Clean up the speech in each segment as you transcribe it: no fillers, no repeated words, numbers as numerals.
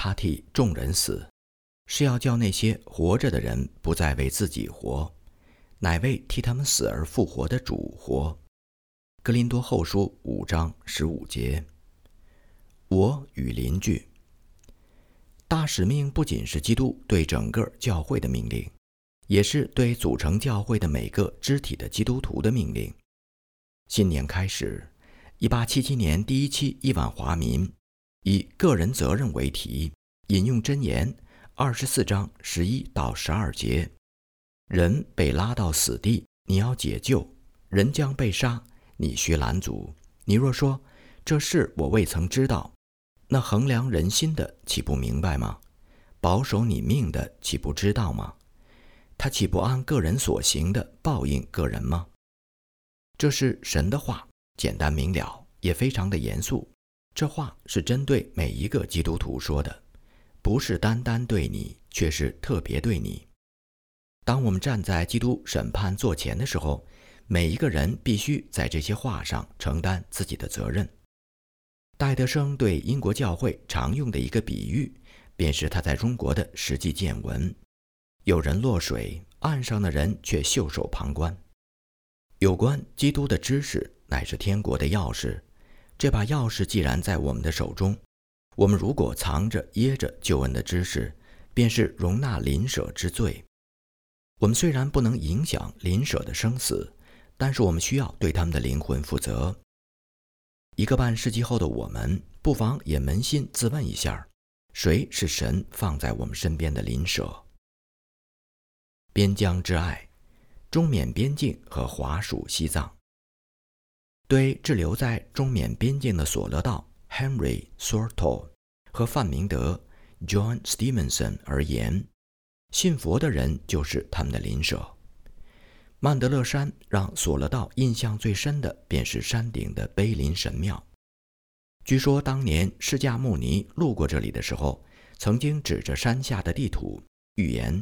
他替众人死，是要叫那些活着的人不再为自己活，乃为替他们死而复活的主活。哥林多后书5章15节。我与邻居。大使命不仅是基督对整个教会的命令，也是对组成教会的每个肢体的基督徒的命令。新年开始，1877年第一期亿万华民以个人责任为题，引用箴言24章11到12节：人被拉到死地，你要解救；人将被杀，你须拦阻。你若说这事我未曾知道，那衡量人心的岂不明白吗？保守你命的岂不知道吗？他岂不按个人所行的报应个人吗？这是神的话，简单明了，也非常的严肃。这话是针对每一个基督徒说的，不是单单对你，却是特别对你。当我们站在基督审判座前的时候，每一个人必须在这些话上承担自己的责任。戴德生对英国教会常用的一个比喻，便是他在中国的实际见闻。有人落水，岸上的人却袖手旁观。有关基督的知识乃是天国的钥匙，这把钥匙既然在我们的手中，我们如果藏着掖着救恩的知识，便是容纳邻舍之罪。我们虽然不能影响邻舍的生死，但是我们需要对他们的灵魂负责。一个半世纪后的我们，不妨也扪心自问一下，谁是神放在我们身边的邻舍？边疆之爱，中缅边境和华属西藏。对滞留在中缅边境的索勒道 Henry Sorto 和范明德 John Stevenson 而言，信佛的人就是他们的邻舍。曼德勒山让索勒道印象最深的便是山顶的碑林神庙。据说当年释迦牟尼路过这里的时候，曾经指着山下的地土预言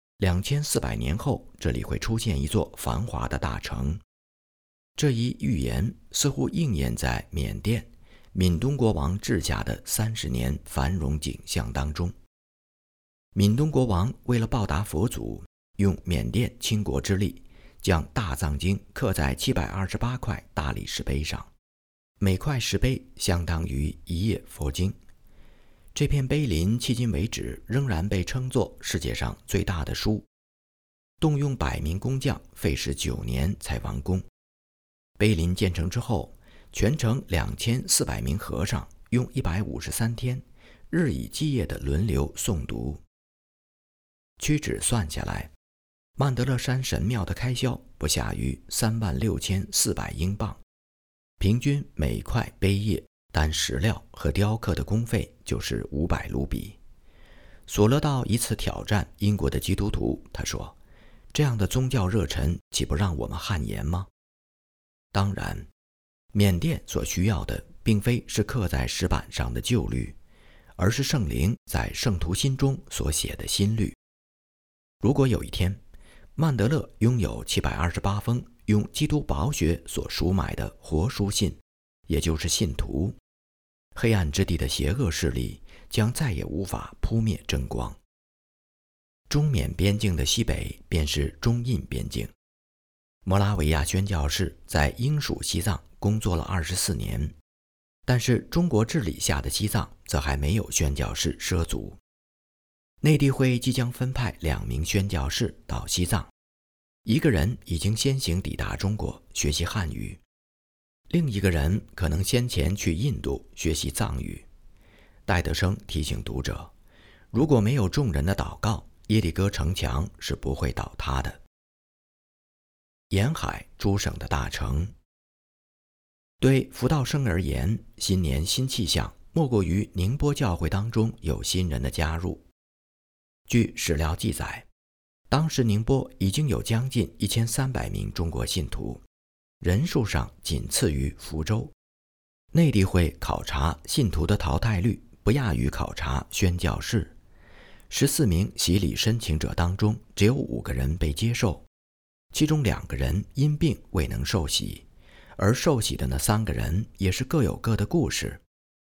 2400年后这里会出现一座繁华的大城。这一预言似乎应验在缅甸闽东国王治下的30年繁荣景象当中。闽东国王为了报答佛祖，用缅甸倾国之力将大藏经刻在728块大理石碑上，每块石碑相当于一页佛经。这片碑林迄今为止仍然被称作世界上最大的书，动用100名工匠，费时9年才完工。碑林建成之后，全程2400名和尚用153天，日以继夜地轮流诵读。屈指算下来，曼德勒山神庙的开销不下于36400英镑，平均每块碑页单石料和雕刻的工费就是500卢比。索勒道一次挑战英国的基督徒，他说：这样的宗教热忱岂不让我们汗颜吗？当然，缅甸所需要的并非是刻在石板上的旧律，而是圣灵在圣徒心中所写的新律。如果有一天曼德勒拥有728封用基督宝血所赎买的活书信，也就是信徒，黑暗之地的邪恶势力将再也无法扑灭真光。中缅边境的西北便是中印边境。摩拉维亚宣教士在英属西藏工作了24年，但是中国治理下的西藏则还没有宣教士涉足。内地会即将分派2名宣教士到西藏，一个人已经先行抵达中国学习汉语，另一个人可能先前去印度学习藏语。戴德生提醒读者，如果没有众人的祷告，耶利哥城墙是不会倒塌的。沿海诸省的大城。对福道生而言，新年新气象莫过于宁波教会当中有新人的加入。据史料记载，当时宁波已经有将近1300名中国信徒，人数上仅次于福州。内地会考察信徒的淘汰率不亚于考察宣教士。14名洗礼申请者当中，只有5个人被接受，其中2个人因病未能受洗，而受洗的那3个人也是各有各的故事。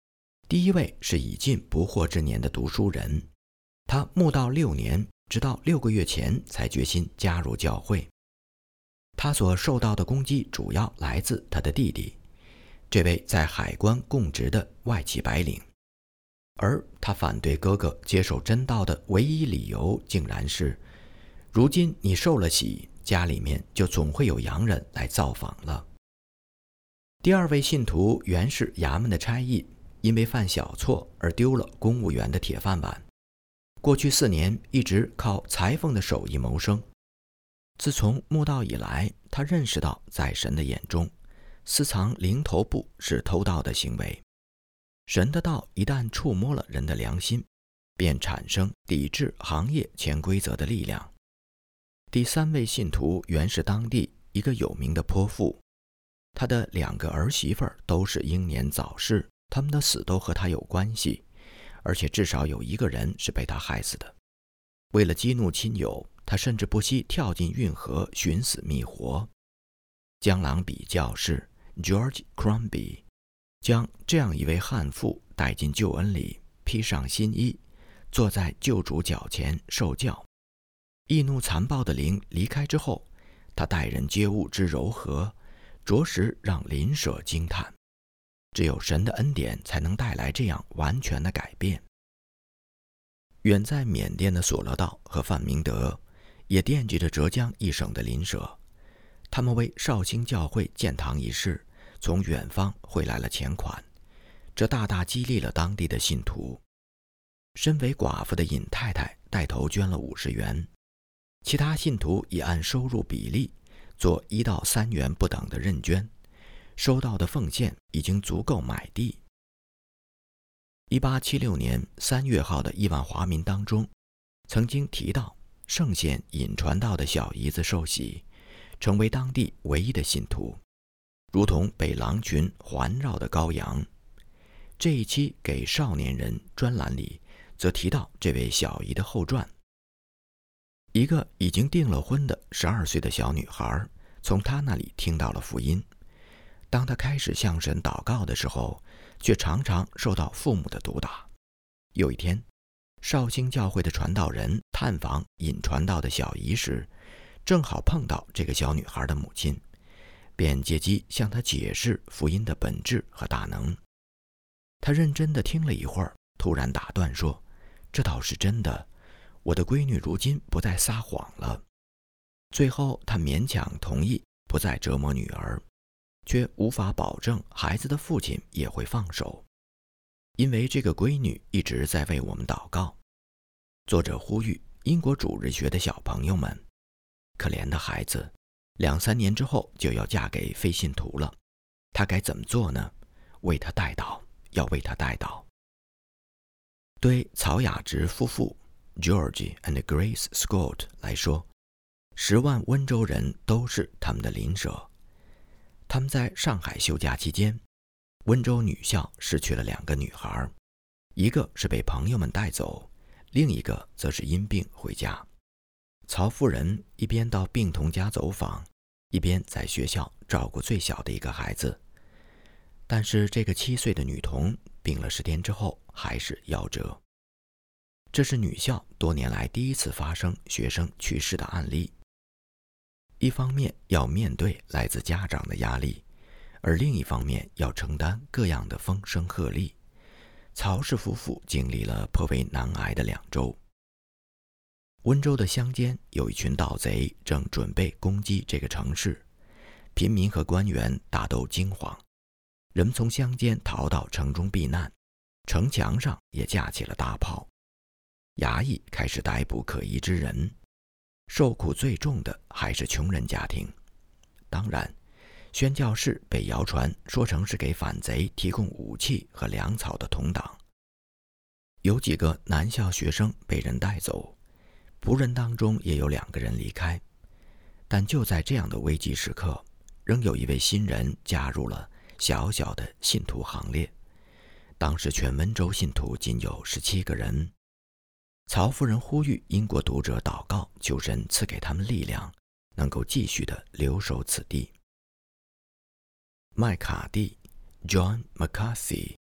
第一位是已近不惑之年的读书人，他慕道6年，直到6个月前才决心加入教会。他所受到的攻击主要来自他的弟弟，这位在海关供职的外籍白领，而他反对哥哥接受真道的唯一理由竟然是，如今你受了洗，家里面就总会有洋人来造访了。第二位信徒原是衙门的差役，因为犯小错而丢了公务员的铁饭碗，过去4年一直靠裁缝的手艺谋生。自从慕道以来，他认识到在神的眼中，私藏零头布是偷盗的行为。神的道一旦触摸了人的良心，便产生抵制行业潜规则的力量。第三位信徒原是当地一个有名的泼妇，他的2个儿媳妇都是英年早逝，他们的死都和他有关系，而且至少有1个人是被他害死的。为了激怒亲友，他甚至不惜跳进运河寻死觅活。江郎比教士 George Crombie 将这样一位悍妇带进救恩里，披上新衣，坐在救主脚前受教。易怒残暴的灵离开之后，他待人接物之柔和，着实让邻舍惊叹。只有神的恩典才能带来这样完全的改变。远在缅甸的索勒道和范明德也惦记着浙江一省的邻舍，他们为绍兴教会建堂一事从远方汇来了钱款，这大大激励了当地的信徒。身为寡妇的尹太太带头捐了50元，其他信徒也按收入比例做1到3元不等的认捐，收到的奉献已经足够买地。1876年3月号的亿万华民当中，曾经提到圣贤尹传道的小姨子受洗，成为当地唯一的信徒，如同被狼群环绕的羔羊。这一期给少年人专栏里则提到这位小姨的后传。一个已经订了婚的12岁的小女孩从她那里听到了福音，当她开始向神祷告的时候，却常常受到父母的毒打。有一天，绍兴教会的传道人探访尹传道的小姨时，正好碰到这个小女孩的母亲，便借机向她解释福音的本质和大能。她认真地听了一会儿，突然打断说：“这倒是真的，我的闺女如今不再撒谎了。”最后她勉强同意不再折磨女儿，却无法保证孩子的父亲也会放手，因为这个闺女一直在为我们祷告。作者呼吁英国主日学的小朋友们，可怜的孩子，2、3年之后就要嫁给非信徒了，他该怎么做呢？为他代祷，要为他代祷。对曹雅芝夫妇 George and Grace Scott 来说，10万温州人都是他们的邻舍。他们在上海休假期间，温州女校失去了2个女孩，一个是被朋友们带走，另一个则是因病回家。曹夫人一边到病童家走访，一边在学校照顾最小的一个孩子。但是这个7岁的女童病了10天之后还是夭折。这是女校多年来第一次发生学生去世的案例。一方面要面对来自家长的压力，而另一方面要承担各样的风声鹤唳。曹氏夫妇经历了颇为难挨的2周。温州的乡间有一群盗贼正准备攻击这个城市，平民和官员大都惊慌，人们从乡间逃到城中避难，城墙上也架起了大炮。衙役开始逮捕可疑之人，受苦最重的还是穷人家庭。当然，宣教士被谣传说成是给反贼提供武器和粮草的同党。有几个男校学生被人带走，仆人当中也有2个人离开。但就在这样的危急时刻，仍有一位新人加入了小小的信徒行列。当时全温州信徒仅有17个人。曹夫人呼吁英国读者祷告，求神赐给他们力量，能够继续地留守此地。麦卡蒂 John McCarthy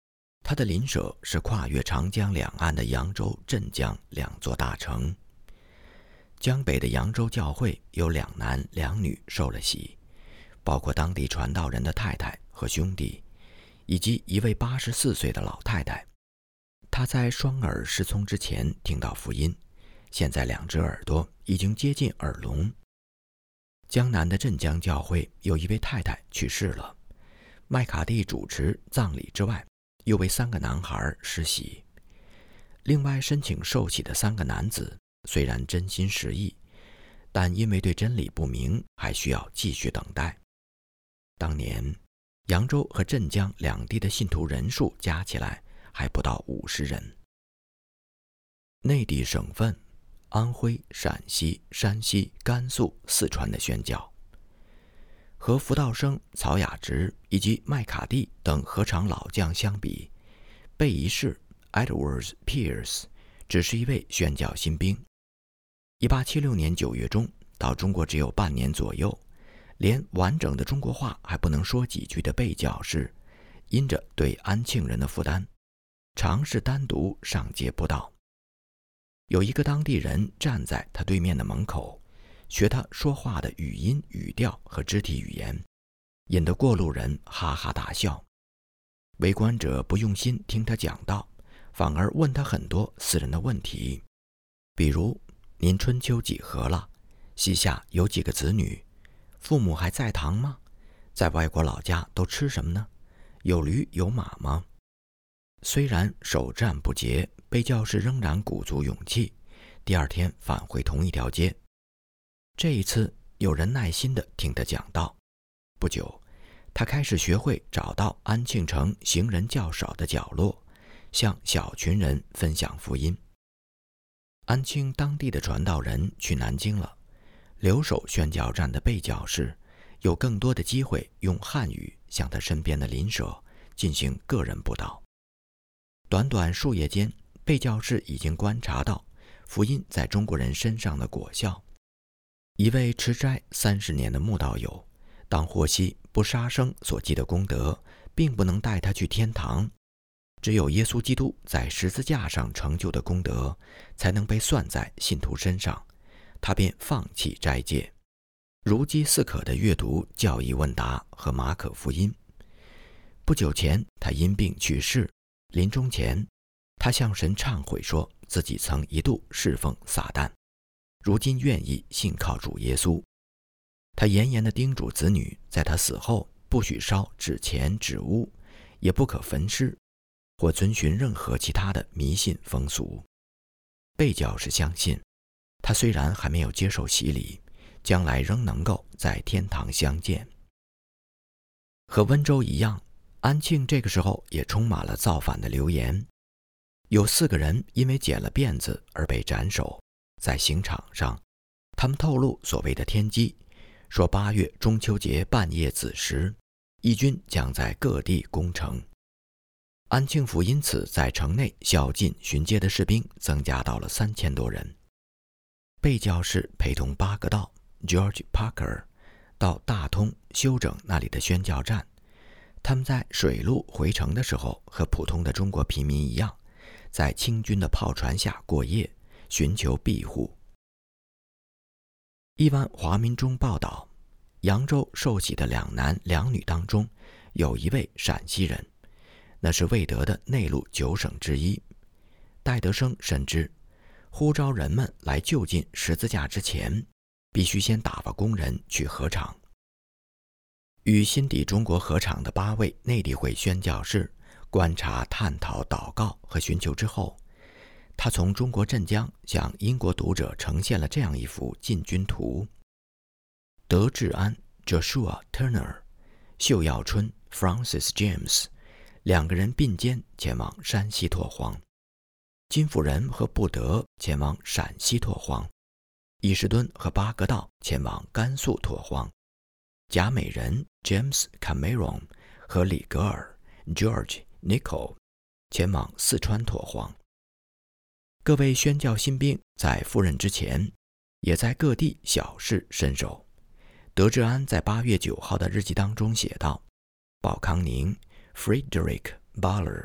他的邻舍是跨越长江两岸的扬州、镇江两座大城。江北的扬州教会有2男2女受了洗，包括当地传道人的太太和兄弟，以及一位84岁的老太太。她在双耳失聪之前听到福音，现在2只耳朵已经接近耳聋。江南的镇江教会有一位太太去世了，麦卡蒂主持葬礼之外，又为3个男孩施洗。另外申请受洗的3个男子虽然真心实意，但因为对真理不明，还需要继续等待。当年扬州和镇江两地的信徒人数加起来还不到50人。内地省份安徽、陕西、山西、甘肃、四川的宣教，和福道生、曹雅直以及麦卡蒂等合场老将相比，贝一世 Edwards Pierce 只是一位宣教新兵。1876年9月中到中国只有半年左右，连完整的中国话还不能说几句的贝教士，因着对安庆人的负担，常是单独上街布道。有一个当地人站在他对面的门口，学他说话的语音、语调和肢体语言，引得过路人哈哈大笑。围观者不用心听他讲道，反而问他很多私人的问题，比如您春秋几何了？膝下有几个子女？父母还在堂吗？在外国老家都吃什么呢？有驴有马吗？虽然首战不捷，贝教士仍然鼓足勇气，第2天返回同一条街。这一次有人耐心地听他讲道。不久，他开始学会找到安庆城行人较少的角落，向小群人分享福音。安庆当地的传道人去南京了，留守宣教站的贝教士有更多的机会用汉语向他身边的邻舍进行个人布道。短短数月间，贝教士已经观察到福音在中国人身上的果效。一位持斋30年的慕道友，当获悉不杀生所积的功德并不能带他去天堂，只有耶稣基督在十字架上成就的功德才能被算在信徒身上，他便放弃斋戒，如饥似渴地阅读教义问答和马可福音。不久前他因病去世，临终前他向神忏悔，说自己曾一度侍奉撒旦，如今愿意信靠主耶稣。他严严地叮嘱子女，在他死后不许烧纸钱纸物，也不可焚尸，或遵循任何其他的迷信风俗。贝教士相信，他虽然还没有接受洗礼，将来仍能够在天堂相见。和温州一样，安庆这个时候也充满了造反的流言。有4个人因为剪了辫子而被斩首，在刑场上，他们透露所谓的天机，说8月中秋节半夜子时，义军将在各地攻城。安庆府因此在城内宵禁巡街的士兵增加到了3000多人。贝教士陪同巴格道 George Parker 到大通修整那里的宣教站，他们在水路回城的时候，和普通的中国平民一样，在清军的炮船下过夜，寻求庇护。亿万华民中报道，扬州受洗的2男2女当中，有一位陕西人，那是魏德的内陆9省之一。戴德生深知，呼召人们来就近十字架之前，必须先打发工人去合场。与心底中国合场的8位内地会宣教士观察、探讨、祷告和寻求之后，他从中国镇江向英国读者呈现了这样一幅进军图：德治安 Joshua Turner、 秀耀春 Francis James 2个人并肩前往山西拓荒，金辅仁和布德前往陕西拓荒，伊士敦和巴格道前往甘肃拓荒，贾美人 James Cameron 和里格尔 George Nicol 前往四川拓荒。各位宣教新兵在赴任之前，也在各地小试身手。德治安在8月9号的日记当中写道：鲍康宁 Frederick Baller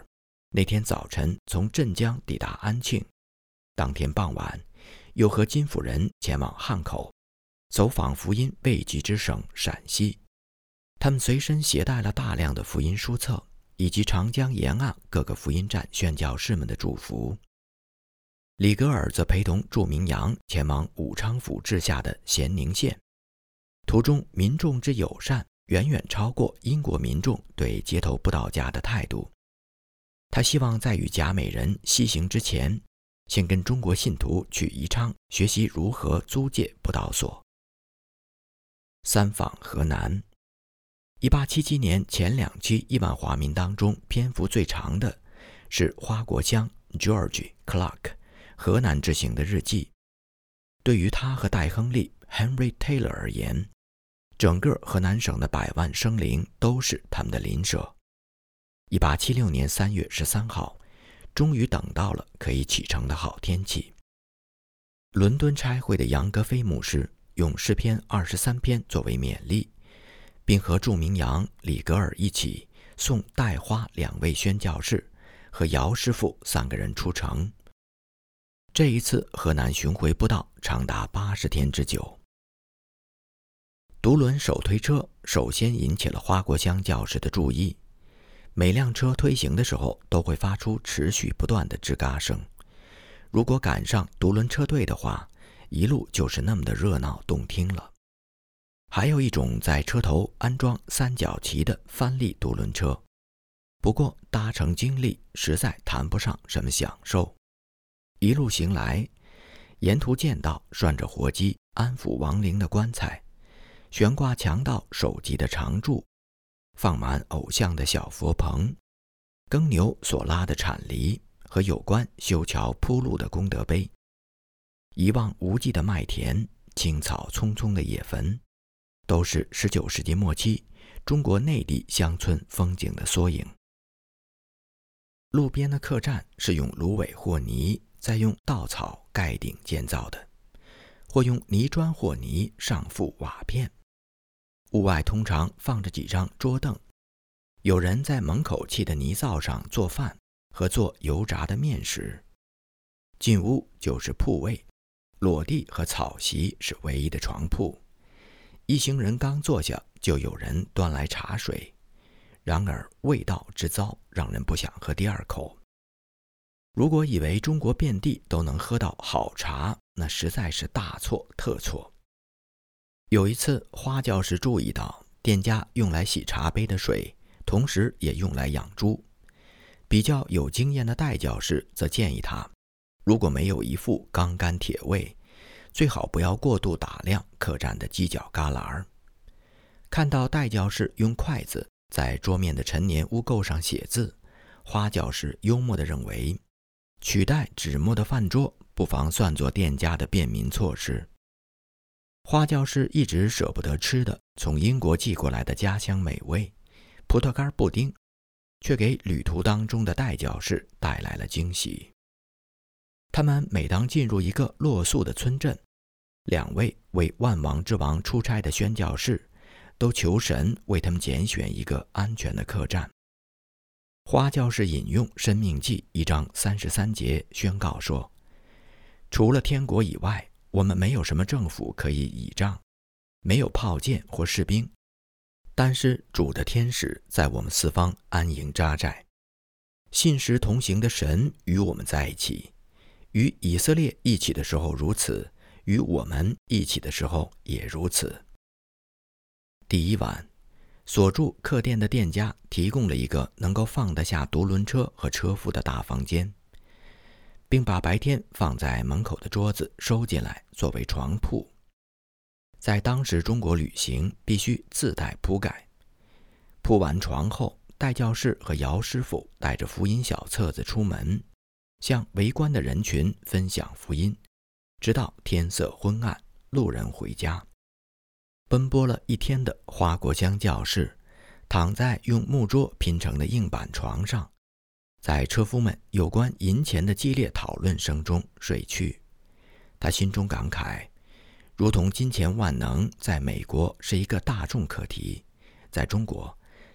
那天早晨从镇江抵达安庆，当天傍晚又和金夫人前往汉口，走访福音未及之省陕西。他们随身携带了大量的福音书册，以及长江沿岸各个福音站宣教士们的祝福。李格尔则陪同祝明阳前往武昌府治下的咸宁县，途中民众之友善远远超过英国民众对街头布道家的态度。他希望在与贾美人西行之前，先跟中国信徒去宜昌学习如何租借布道所。三访河南。1877年前2期亿万华民当中篇幅最长的是花国香 George Clark 河南之行的日记。对于他和戴亨利 Henry Taylor 而言，整个河南省的100万生灵都是他们的邻舍。1876年3月13号，终于等到了可以启程的好天气。伦敦差会的杨格菲牧师用诗篇23篇作为勉励，并和祝明阳、李格尔一起送戴花2位宣教士和姚师傅3个人出城。这一次河南巡回布道长达80天之久。独轮手推车首先引起了花国香教士的注意，每辆车推行的时候都会发出持续不断的吱嘎声。如果赶上独轮车队的话，一路就是那么的热闹动听了。还有一种在车头安装3角旗的翻力独轮车，不过搭乘经历实在谈不上什么享受。一路行来，沿途见到拴着活鸡安抚亡灵的棺材，悬挂强盗首级的长柱，放满偶像的小佛棚，耕牛所拉的铲犁和有关修桥铺路的功德碑，一望无际的麦田，青草葱葱的野坟，都是19世纪末期中国内地乡村风景的缩影。路边的客栈是用芦苇和泥，再用稻草盖顶建造的，或用泥砖和泥上覆瓦片。屋外通常放着几张桌凳，有人在门口砌的泥灶上做饭和做油炸的面食。进屋就是铺位，裸地和草席是唯一的床铺。一行人刚坐下，就有人端来茶水，然而味道之糟，让人不想喝第二口。如果以为中国遍地都能喝到好茶，那实在是大错特错。有一次，花教士注意到店家用来洗茶杯的水，同时也用来养猪。比较有经验的戴教士则建议他，如果没有一副钢杆铁胃，最好不要过度打量客栈的犄角旮旯。看到戴教士用筷子在桌面的陈年污垢上写字，花教士幽默地认为，取代纸墨的饭桌不妨算作店家的便民措施。花教士一直舍不得吃的从英国寄过来的家乡美味葡萄干布丁，却给旅途当中的戴教士带来了惊喜。他们每当进入一个落宿的村镇，2位为万王之王出差的宣教士都求神为他们拣选一个安全的客栈。花教士引用《申命记》1章33节宣告说，除了天国以外，我们没有什么政府可以倚仗，没有炮舰或士兵，但是主的天使在我们四方安营扎寨。信实同行的神与我们在一起，与以色列一起的时候如此，与我们一起的时候也如此。第一晚，所住客店的店家提供了一个能够放得下独轮车和车夫的大房间，并把白天放在门口的桌子收进来作为床铺。在当时中国旅行必须自带铺盖。铺完床后，戴教士和姚师傅带着福音小册子出门，向围观的人群分享福音，直到天色昏暗，路人回家。奔波了一天的花国香教士躺在用木桌拼成的硬板床上，在车夫们有关银钱的激烈讨论声中睡去。他心中感慨，如同金钱万能在美国是一个大众课题，在中国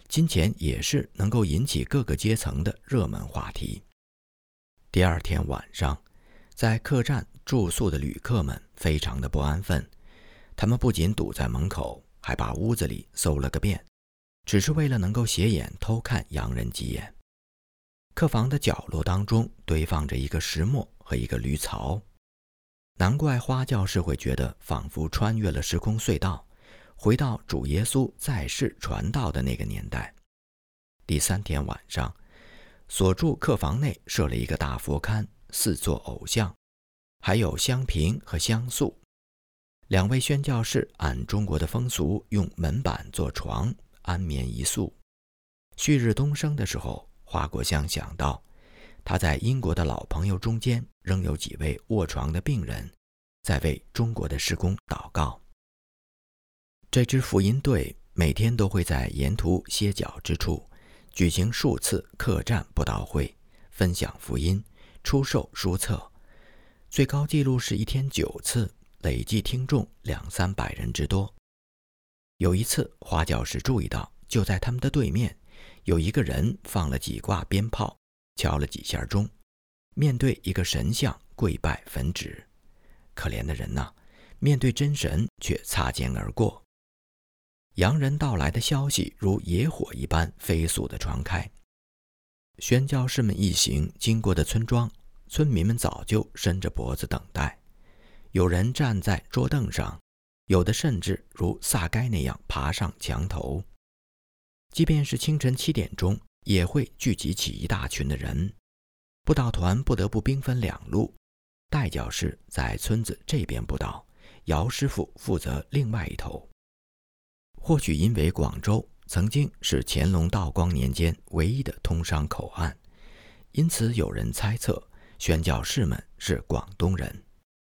金钱也是能够引起各个阶层的热门话题。第二天晚上，在客栈住宿的旅客们非常的不安分，他们不仅堵在门口，还把屋子里搜了个遍，只是为了能够斜眼偷看洋人几眼。客房的角落当中堆放着一个石磨和一个驴槽，难怪花教士会觉得仿佛穿越了时空隧道，回到主耶稣在世传道的那个年代。第三天晚上，所住客房内设了一个大佛龛，4座偶像，还有香瓶和香素。2位宣教士按中国的风俗用门板做床，安眠一宿。旭日东升的时候，花果香想到他在英国的老朋友中间仍有几位卧床的病人，在为中国的事工祷告。这支福音队每天都会在沿途歇脚之处举行数次客栈布道会，分享福音，出售书册，最高纪录是1天9次，累计听众200-300人之多。有一次，花教士注意到，就在他们的对面，有一个人放了几挂鞭炮，敲了几下钟，面对一个神像跪拜焚纸。可怜的人呐，面对真神却擦肩而过。洋人到来的消息如野火一般飞速地传开。宣教士们一行经过的村庄，村民们早就伸着脖子等待，有人站在桌凳上，有的甚至如撒该那样爬上墙头。即便是清晨7点钟，也会聚集起一大群的人。布道团不得不兵分2路，代教士在村子这边布道，姚师傅负责另外一头。或许因为广州曾经是乾隆道光年间唯一的通商口岸，因此有人猜测宣教士们是广东人。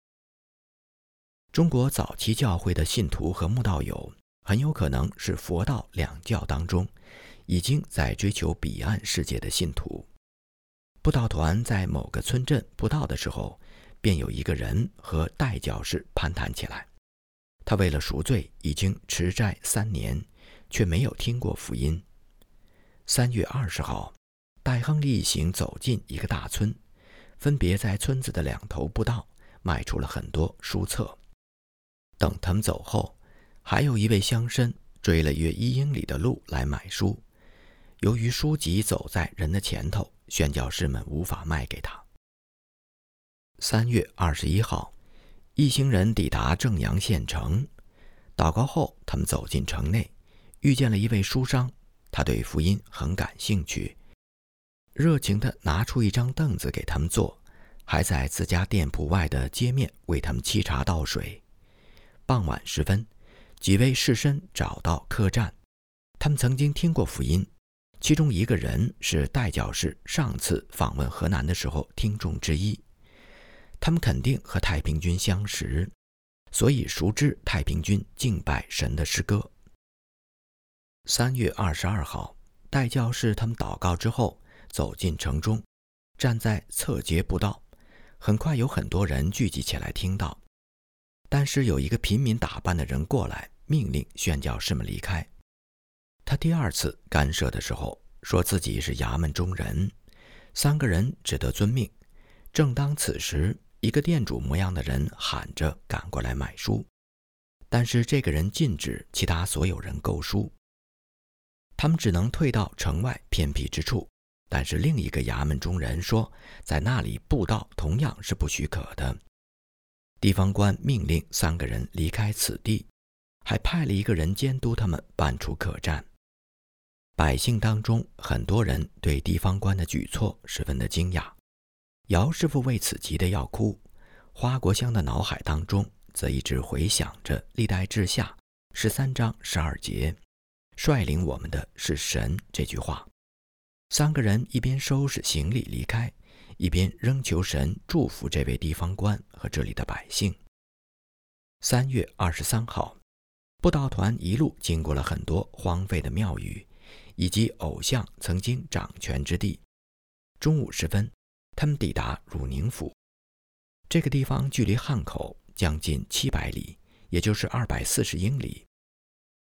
中国早期教会的信徒和慕道友很有可能是佛道2教当中已经在追求彼岸世界的信徒。布道团在某个村镇布道的时候，便有一个人和代教士攀谈起来。他为了赎罪已经持斋3年，却没有听过福音。3月20号，戴亨利一行走进一个大村，分别在村子的2头布道，卖出了很多书册。等他们走后，还有一位乡绅追了约1英里的路来买书。由于书籍走在人的前头，宣教士们无法卖给他。3月21号，一行人抵达正阳县城，祷告后，他们走进城内，遇见了一位书商，他对福音很感兴趣，热情地拿出一张凳子给他们坐，还在自家店铺外的街面为他们沏茶倒水。傍晚时分，几位士绅找到客栈，他们曾经听过福音，其中一个人是代教士上次访问河南的时候听众之一。他们肯定和太平军相识，所以熟知太平军敬拜神的诗歌。3月22号，代教士他们祷告之后走进城中，站在侧街布道，很快有很多人聚集起来听到。但是有一个平民打扮的人过来，命令宣教士们离开。他第2次干涉的时候，说自己是衙门中人，3个人只得遵命。正当此时，一个店主模样的人喊着赶过来买书，但是这个人禁止其他所有人购书，他们只能退到城外偏僻之处。但是另一个衙门中人说，在那里布道同样是不许可的。地方官命令3个人离开此地，还派了一个人监督他们搬出客栈。百姓当中很多人对地方官的举措十分的惊讶，姚师傅为此急得要哭，花果香的脑海当中则一直回想着历代志下13章12节，率领我们的是神这句话。3个人一边收拾行李离开，一边仍求神祝福这位地方官和这里的百姓。3月23号，布道团一路经过了很多荒废的庙宇，以及偶像曾经掌权之地。中午时分，他们抵达汝宁府。这个地方距离汉口将近700里，也就是240英里。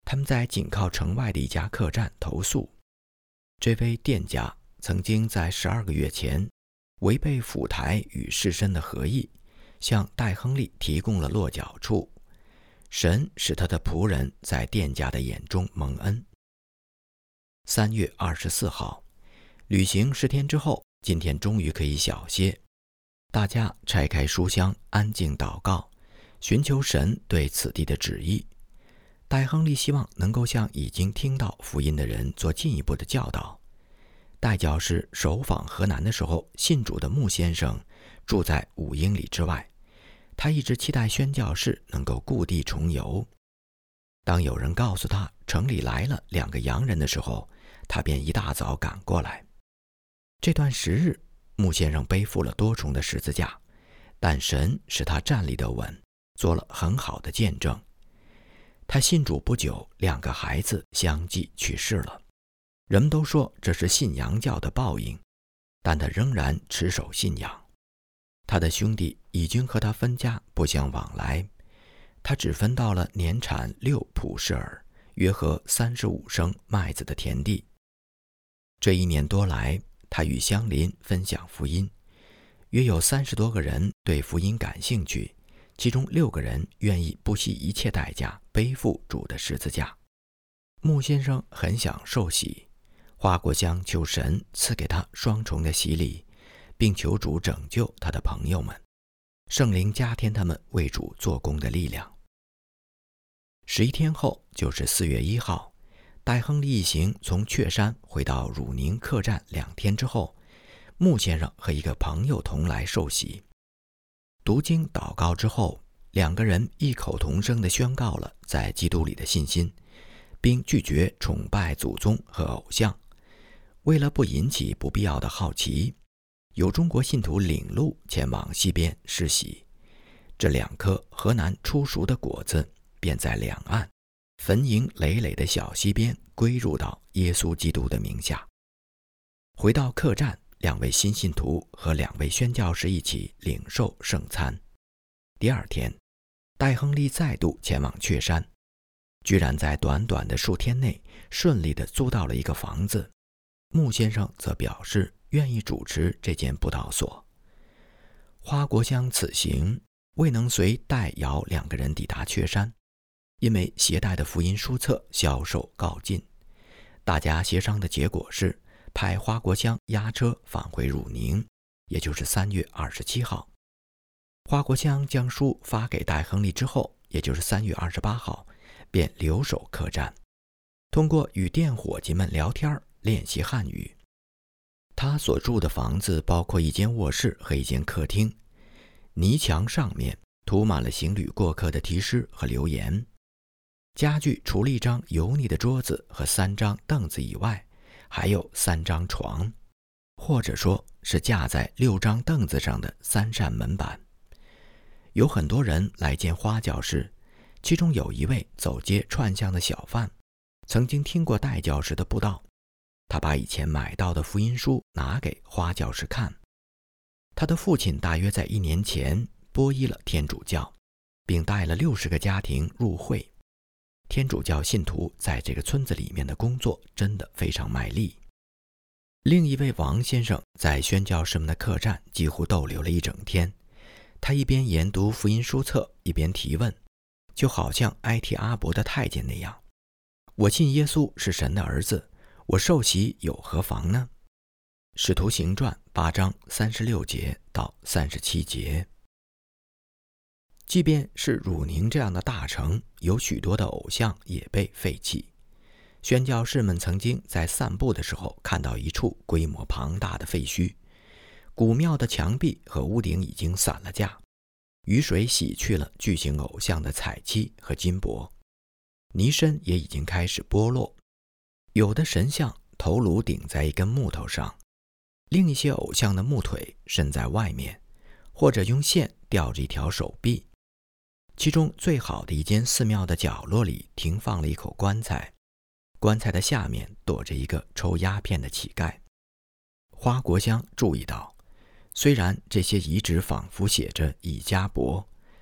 他们在紧靠城外的一家客栈投诉，这位店家曾经在12个月前违背府台与士绅的合议，向戴亨利提供了落脚处。神使他的仆人在店家的眼中蒙恩。3月24号，旅行10天之后，今天终于可以小歇。大家拆开书箱，安静祷告，寻求神对此地的旨意。戴亨利希望能够向已经听到福音的人做进一步的教导。戴教士首访河南的时候，信主的穆先生住在5英里之外，他一直期待宣教士能够故地重游。当有人告诉他城里来了2个洋人的时候，他便一大早赶过来。这段10日，穆先生背负了多重的十字架，但神使他站立得稳，做了很好的见证。他信主不久，2个孩子相继去世了。人们都说这是信洋教的报应，但他仍然持守信仰。他的兄弟已经和他分家，不相往来。他只分到了年产6普氏尔，约合35升麦子的田地。这1年多来，他与乡邻分享福音，约有30多个人对福音感兴趣，其中6个人愿意不惜一切代价背负主的十字架。穆先生很想受洗，花果乡求神赐给他双重的洗礼，并求主拯救他的朋友们，圣灵加添他们为主做工的力量。11天后，就是4月1号，戴亨利一行从雀山回到汝宁客栈2天之后，穆先生和一个朋友同来受洗。读经祷告之后，2个人异口同声地宣告了在基督里的信心，并拒绝崇拜祖宗和偶像。为了不引起不必要的好奇，有中国信徒领路前往西边施洗。这2颗河南初熟的果子便在两岸坟茔累累的小溪边归入到耶稣基督的名下。回到客栈，2位新信徒和2位宣教士一起领受圣餐。第2天，戴亨利再度前往雀山，居然在短短的数天内顺利地租到了一个房子。穆先生则表示愿意主持这间布道所。花果乡此行未能随戴尧2个人抵达雀山，因为携带的福音书册销售告尽。大家协商的结果是派花果乡押车返回汝宁，也就是3月27号。花果乡将书发给戴亨利之后，也就是3月28号，便留守客栈，通过与店伙计们聊天练习汉语。他所住的房子包括一间卧室和一间客厅，泥墙上面涂满了行旅过客的题诗和留言。家具除了一张油腻的桌子和3张凳子以外，还有3张床，或者说是架在6张凳子上的3扇门板。有很多人来见花教士，其中有一位走街串巷的小贩，曾经听过戴教士的布道，他把以前买到的福音书拿给花教士看。他的父亲大约在1年前皈依了天主教，并带了60个家庭入会。天主教信徒在这个村子里面的工作真的非常卖力。另一位王先生在宣教士们的客栈几乎逗留了一整天，他一边研读福音书册，一边提问，就好像埃提阿伯的太监那样：我信耶稣是神的儿子，我受洗有何妨呢？使徒行传8章36节到37节。即便是汝宁这样的大城，有许多的偶像也被废弃。宣教士们曾经在散步的时候看到一处规模庞大的废墟，古庙的墙壁和屋顶已经散了架，雨水洗去了巨型偶像的彩漆和金箔，泥身也已经开始剥落。有的神像头颅顶在一根木头上，另一些偶像的木腿伸在外面，或者用线吊着一条手臂。其中最好的一间寺庙的角落里停放了一口棺材，棺材的下面躲着一个抽鸦片的乞丐。花国香注意到，虽然这些遗址仿佛写着以迦伯，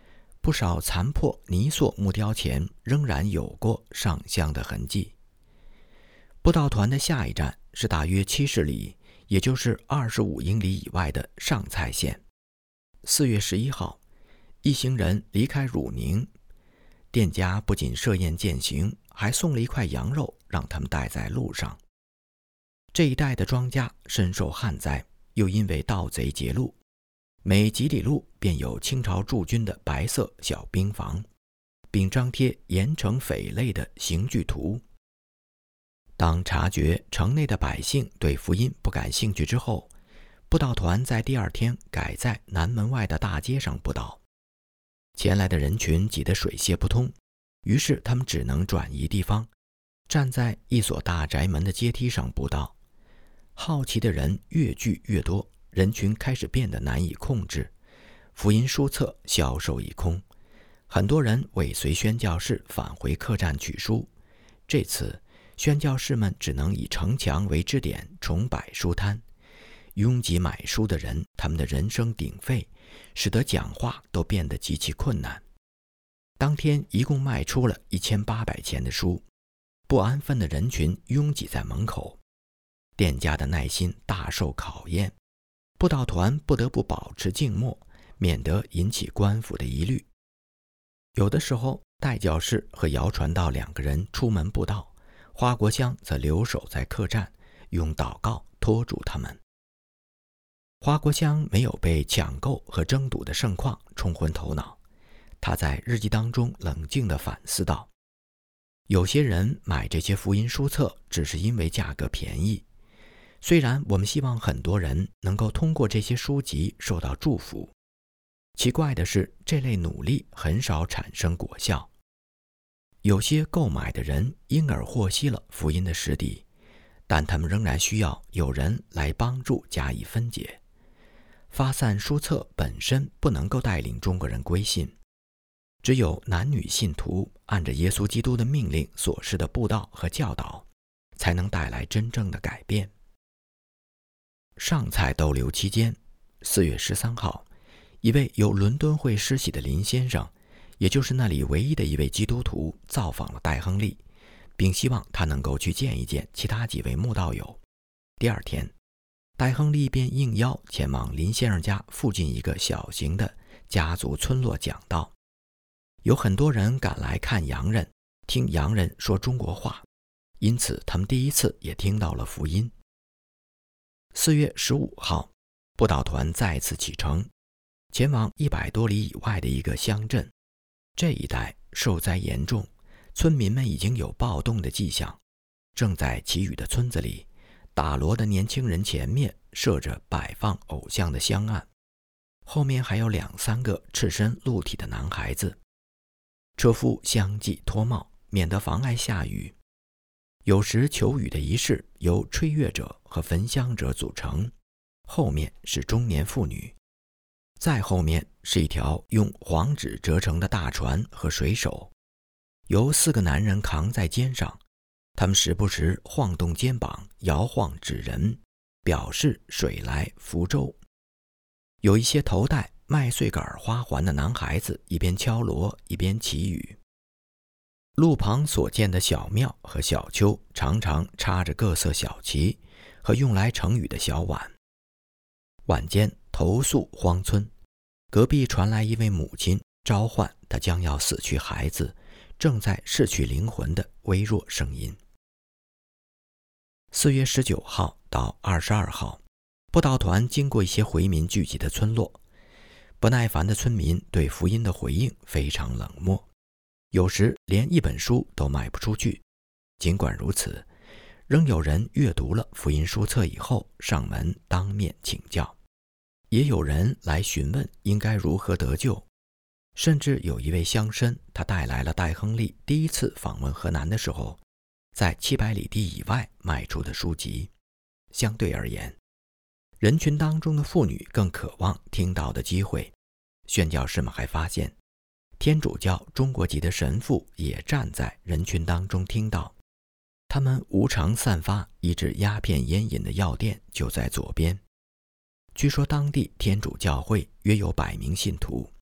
不少残破泥塑木雕前仍然有过上香的痕迹。布道团的下一站是大约70里，也就是25英里以外的上蔡县。4月11号，一行人离开汝宁，店家不仅设宴饯行，还送了一块羊肉让他们带在路上。这一带的庄稼深受旱灾，又因为盗贼劫路，每几里路便有清朝驻军的白色小兵房，并张贴严惩匪类的刑具图。当察觉城内的百姓对福音不感兴趣之后，布道团在第2天改在南门外的大街上布道。前来的人群挤得水泄不通，于是他们只能转移地方，站在一所大宅门的阶梯上布道。好奇的人越聚越多，人群开始变得难以控制，福音书册销售一空，很多人尾随宣教士返回客栈取书。这次宣教士们只能以城墙为支点重摆书摊，拥挤买书的人，他们的人声鼎沸，使得讲话都变得极其困难。当天一共卖出了1800钱的书，不安分的人群拥挤在门口，店家的耐心大受考验，布道团不得不保持静默，免得引起官府的疑虑。有的时候，代教士和姚传道2个人出门布道，花国香则留守在客栈，用祷告拖住他们。花国香没有被抢购和争赌的盛况冲昏头脑，他在日记当中冷静地反思道：有些人买这些福音书册只是因为价格便宜，虽然我们希望很多人能够通过这些书籍受到祝福，奇怪的是这类努力很少产生果效。有些购买的人因而获悉了福音的实底，但他们仍然需要有人来帮助加以分解。发散书册本身不能够带领中国人归信，只有男女信徒按着耶稣基督的命令所施的布道和教导，才能带来真正的改变。上蔡逗留期间，4月13号，一位由伦敦会施洗的林先生，也就是那里唯一的一位基督徒，造访了戴亨利，并希望他能够去见一见其他几位慕道友。第2天，戴亨利便应邀前往林先生家附近一个小型的家族村落讲道。有很多人赶来看洋人，听洋人说中国话，因此他们第一次也听到了福音。4月15号，布道团再次启程，前往100多里以外的一个乡镇。这一带受灾严重，村民们已经有暴动的迹象。正在祈雨的村子里，打锣的年轻人前面设着摆放偶像的香案，后面还有2、3个赤身露体的男孩子。车夫相继脱帽，免得妨碍下雨。有时求雨的仪式由吹乐者和焚香者组成，后面是中年妇女，再后面是一条用黄纸折成的大船和水手，由4个男人扛在肩上，他们时不时晃动肩膀，摇晃纸人，表示水来福州。有一些头戴麦穗杆花环的男孩子一边敲锣一边祈雨。路旁所见的小庙和小丘常常插着各色小旗和用来盛雨的小碗。晚间投宿荒村，隔壁传来一位母亲召唤她将要死去孩子正在逝去灵魂的微弱声音。4月19号到22号，布道团经过一些回民聚集的村落，不耐烦的村民对福音的回应非常冷漠，有时连一本书都卖不出去。尽管如此，仍有人阅读了福音书册以后上门当面请教，也有人来询问应该如何得救，甚至有一位乡绅，他带来了戴亨利第一次访问河南的时候在700里地以外卖出的书籍。相对而言，人群当中的妇女更渴望听到的机会。宣教士们还发现，天主教中国籍的神父也站在人群当中听到，他们无偿散发医治鸦片烟瘾的药店就在左边。据说当地天主教会约有100名信徒，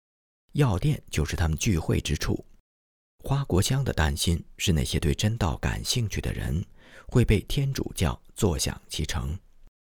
药店就是他们聚会之处。花国香的担心是那些对真道感兴趣的人会被天主教坐享其成。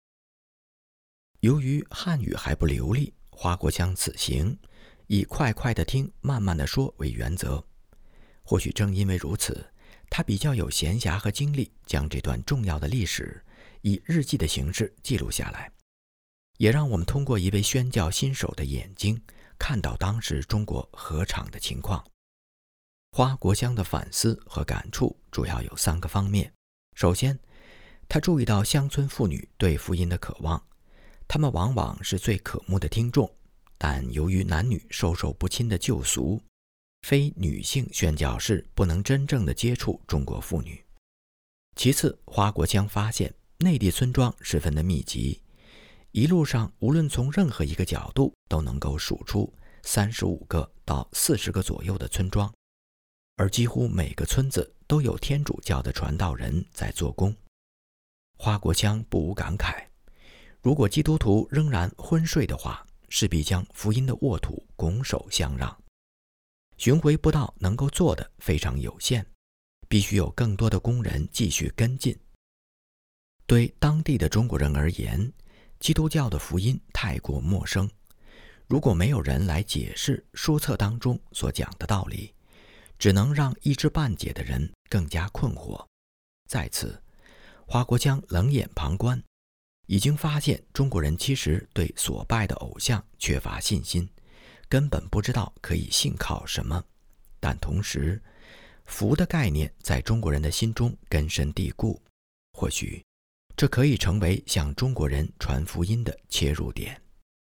由于汉语还不流利，花国香此行以快快地听慢慢地说为原则。或许正因为如此，他比较有闲暇和精力将这段重要的历史以日记的形式记录下来，也让我们通过一位宣教新手的眼睛看到当时中国合场的情况。花国香的反思和感触主要有3个方面。首先，他注意到乡村妇女对福音的渴望，她们往往是最渴慕的听众，但由于男女授受不亲的旧俗，非女性宣教士不能真正的接触中国妇女。其次，花国香发现内地村庄十分的密集，一路上无论从任何一个角度都能够数出35个到40个左右的村庄，而几乎每个村子都有天主教的传道人在做工。花国香不无感慨，如果基督徒仍然昏睡的话，势必将福音的沃土拱手相让。巡回布道能够做的非常有限，必须有更多的工人继续跟进。对当地的中国人而言，基督教的福音太过陌生，如果没有人来解释书册当中所讲的道理，只能让一知半解的人更加困惑。再次，花国香冷眼旁观，已经发现中国人其实对所拜的偶像缺乏信心，根本不知道可以信靠什么。但同时，福的概念在中国人的心中根深蒂固，或许这可以成为向中国人传福音的切入点。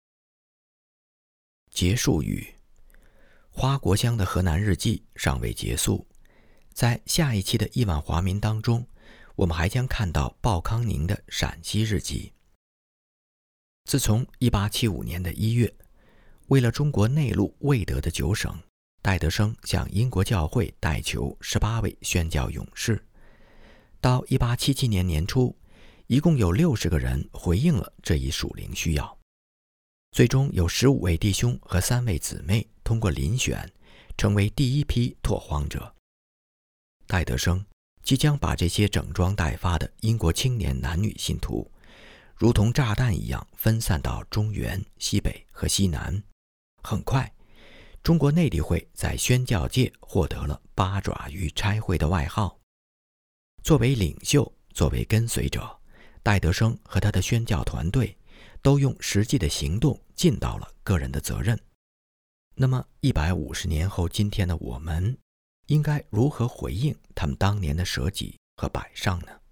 结束语：花国香的河南日记尚未结束，在下一期的亿万华民当中，我们还将看到鲍康宁的陕西日记。自从1875年的1月，为了中国内陆未得的9省，戴德生向英国教会代求18位宣教勇士。到1877年年初，一共有60个人回应了这一属灵需要。最终有15位弟兄和3位姊妹通过遴选，成为第一批拓荒者。戴德生即将把这些整装待发的英国青年男女信徒，如同炸弹一样分散到中原、西北和西南。很快，中国内地会在宣教界获得了八爪鱼差会的外号。作为领袖，作为跟随者，戴德生和他的宣教团队都用实际的行动尽到了个人的责任。那么150年后今天的我们，应该如何回应他们当年的舍己和摆上呢？